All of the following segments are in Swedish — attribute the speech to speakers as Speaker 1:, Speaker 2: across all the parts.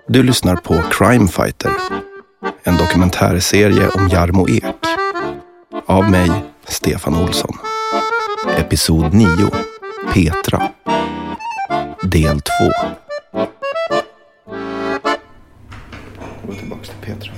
Speaker 1: Du lyssnar på Crime Fighter, en dokumentärserie om Jarmo Ek. Av mig, Stefan Olsson. Episod 9, Petra. Del 2. Gå tillbaka till Petra.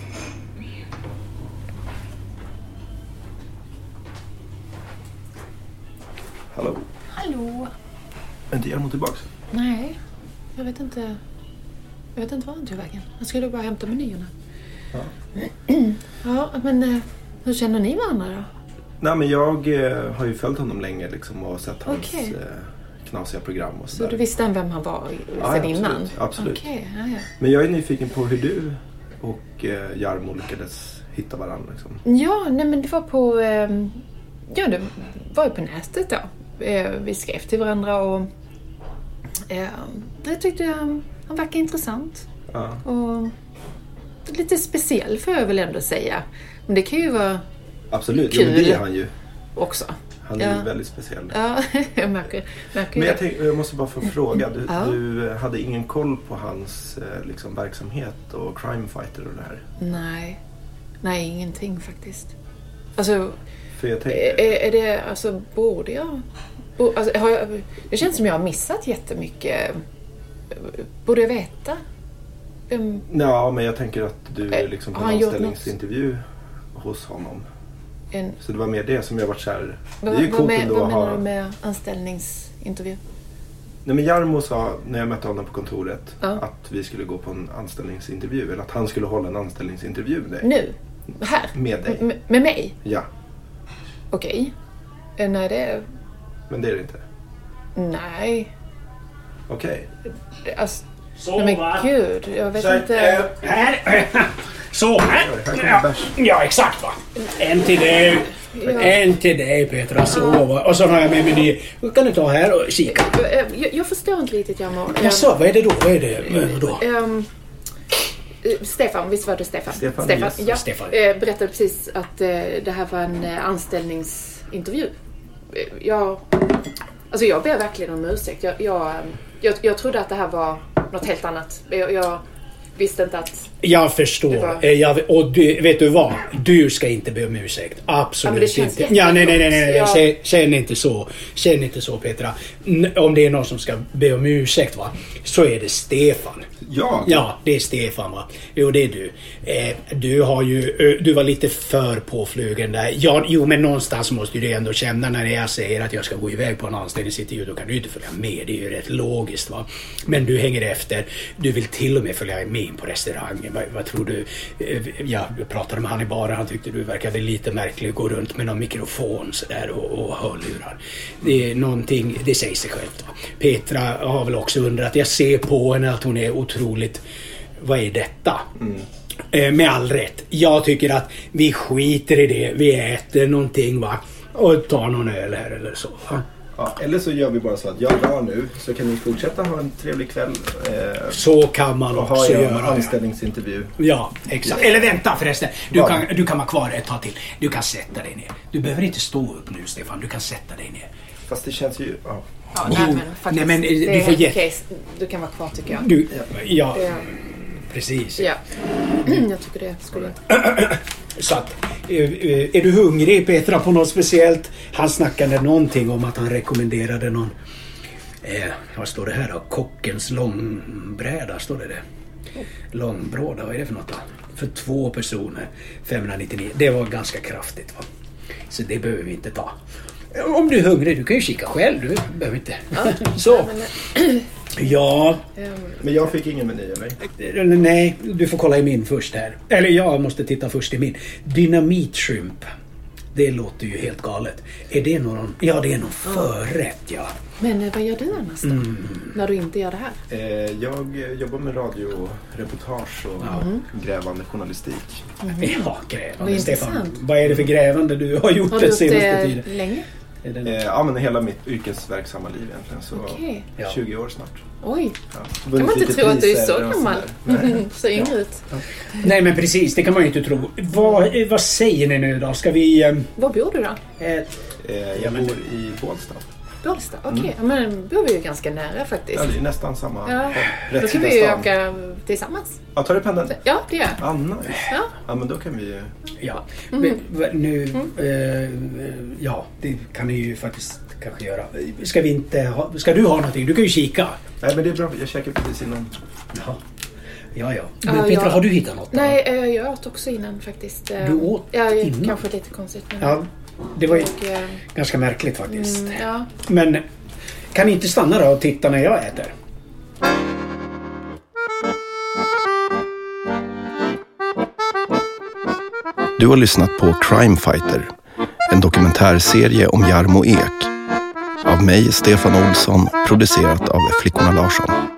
Speaker 1: Hallå.
Speaker 2: Hallå.
Speaker 1: Är inte Jarmo tillbaka?
Speaker 2: Nej, jag vet inte var han tog vägen. Han skulle bara hämta menyerna.
Speaker 1: Ja.
Speaker 2: Ja, men hur känner ni varandra då?
Speaker 1: Nej, men jag har ju följt honom länge liksom, och sett hans knasiga program och
Speaker 2: så du visste vem han var sedan innan?
Speaker 1: Absolut.
Speaker 2: Okay, ja.
Speaker 1: Men jag är nyfiken på hur du och Jarmo lyckades hitta varandra liksom.
Speaker 2: Ja, nej, men det var på det var ju på nätet då. Vi skrev till varandra och det tyckte jag han verkar intressant.
Speaker 1: Ja.
Speaker 2: Och lite speciell får jag väl ändå säga. Men det kan ju vara
Speaker 1: absolut,
Speaker 2: kul.
Speaker 1: Ja, men det är han ju.
Speaker 2: Också.
Speaker 1: Han är ju väldigt speciell.
Speaker 2: Ja, jag märker.
Speaker 1: Men jag måste bara få fråga. Du hade ingen koll på hans liksom, verksamhet och crime fighter och det här?
Speaker 2: Nej, ingenting faktiskt. Alltså,
Speaker 1: för jag tänker...
Speaker 2: är det, alltså, borde jag... Alltså, det känns som jag har missat jättemycket. Borde jag veta?
Speaker 1: Ja, men jag tänker att du liksom på en anställningsintervju hos honom. Så det var mer det som jag varit så här. Det är ju coolt ändå
Speaker 2: vad menar du med anställningsintervju?
Speaker 1: Nej, men Jarmo sa när jag mötte honom på kontoret att vi skulle gå på en anställningsintervju. Eller att han skulle hålla en anställningsintervju med dig.
Speaker 2: Nu? Här?
Speaker 1: Med dig.
Speaker 2: Med mig?
Speaker 1: Ja.
Speaker 2: Okej. Nej, det...
Speaker 1: Men det är det inte?
Speaker 3: Nej.
Speaker 1: Okej.
Speaker 3: Alltså,
Speaker 4: så,
Speaker 3: men gud, jag vet
Speaker 4: så,
Speaker 3: inte.
Speaker 4: Här. Så, här. Ja, exakt va. En till dig Petra, så. Och så har jag med meny. Kan du ta här och kika?
Speaker 3: Jag förstår inte riktigt, Jarmo.
Speaker 4: Jaså, vad är det då? Vad är det då?
Speaker 3: Stefan, visst var det Stefan?
Speaker 1: Yes.
Speaker 3: Ja,
Speaker 4: Stefan.
Speaker 3: Berättade precis att det här var en anställningsintervju. Jag ber verkligen om ursäkt. Jag trodde att det här var något helt annat. Jag visste inte att...
Speaker 4: Jag förstår. Och du, vet du vad? Du ska inte be om ursäkt. Absolut inte. Ja, nej. Känn inte så, Petra. Om det är någon som ska be om ursäkt, va? Så är det Stefan. Ja, det är Stefan, va? Jo, det är du. Du var lite för påflugen där. Ja, jo, men någonstans måste du ändå känna när jag säger att jag ska gå iväg på en anställningsintervju. Då kan du inte följa med. Det är ju rätt logiskt, va? Men du hänger efter. Du vill till och med följa med in på restaurangen. Vad tror du? Jag pratade med han i baren. Han tyckte du verkade lite märklig. Gå runt med någon mikrofon så där och hörlurar. Det är någonting, det säger sig självt, va? Petra har väl också undrat. Jag ser på henne att hon är otroligt... Vad är detta? Med all rätt. Jag tycker att vi skiter i det. Vi äter någonting, va? Och tar någon öl här eller så, va?
Speaker 1: Ja, eller så gör vi bara så att jag drar nu, så kan ni fortsätta ha en trevlig kväll.
Speaker 4: Så kan man också göra.
Speaker 1: En anställningsintervju.
Speaker 4: Ja, exakt. Eller vänta förresten. Du kan vara kvar ett tag till. Du kan sätta dig ner. Du behöver inte stå upp nu, Stefan. Du kan sätta dig ner.
Speaker 1: Fast det känns ju... Ja.
Speaker 3: Ja, nej, men
Speaker 4: du får
Speaker 3: okej. Du kan vara kvar, tycker jag.
Speaker 4: Ja. Precis.
Speaker 3: Ja. Jag tycker det skulle jag.
Speaker 4: Så att, är du hungrig, Petra, på något speciellt? Han snackade någonting om att han rekommenderade någon... vad står det här då? Kockens långbräda, står det där? Långbråda, vad är det för något då? För 2 personer, 599. Det var ganska kraftigt, va? Så det behöver vi inte ta. Om du är hungrig, du kan ju kika själv. Du behöver inte.
Speaker 3: Ja.
Speaker 4: Så. Ja.
Speaker 1: Men jag fick ingen meny, eller?
Speaker 4: Nej, du får kolla i min först här. Eller jag måste titta först i min. Dynamit-shrimp. Det låter ju helt galet. Är det någon... Ja, det är någon förrätt, ja.
Speaker 3: Men vad gör du annars då? När du inte gör det här?
Speaker 1: Jag jobbar med radioreportage och grävande journalistik.
Speaker 4: Ja, grävande. Stefan, vad är det för grävande du har gjort den senaste tiden?
Speaker 3: Länge?
Speaker 1: Men hela mitt yrkesverksamma liv egentligen. Så 20 år snart.
Speaker 3: Oj, kan man inte tro att du är så gammal. Så yngre ut.
Speaker 4: Nej, men precis, det kan man ju inte tro. Vad säger ni nu då? Ska vi...
Speaker 3: Var bor du då?
Speaker 1: Jag bor i Bålsta.
Speaker 2: Bålsta, okej. Ja, men då är vi ju ganska nära faktiskt.
Speaker 1: Ja, det är nästan samma.
Speaker 2: Ja.
Speaker 1: Rätt
Speaker 2: Då kan
Speaker 1: sida
Speaker 2: vi ju
Speaker 1: stan.
Speaker 2: åka tillsammans.
Speaker 1: Ja, tar du pendeln?
Speaker 2: Ja, det gör jag.
Speaker 1: Nice.
Speaker 2: Ja.
Speaker 1: Ja, men då kan vi ju...
Speaker 4: Ja, men, nu... ja, det kan ni ju faktiskt kanske göra. Ska du ha någonting? Du kan ju kika.
Speaker 1: Nej, men det är bra. Jag käkar precis innan.
Speaker 4: Ja. Men Petra, har du hittat något?
Speaker 2: Nej, jag åt också innan faktiskt.
Speaker 4: Du åt innan?
Speaker 2: Kanske lite konstigt. Men...
Speaker 4: Ja, det var ju ganska märkligt faktiskt.
Speaker 2: Ja.
Speaker 4: Men kan ni inte stanna då och titta när jag äter?
Speaker 1: Du har lyssnat på Crime Fighter, en dokumentärserie om Jarmo Ek. Av mig, Stefan Olsson, producerat av Flickorna Larsson.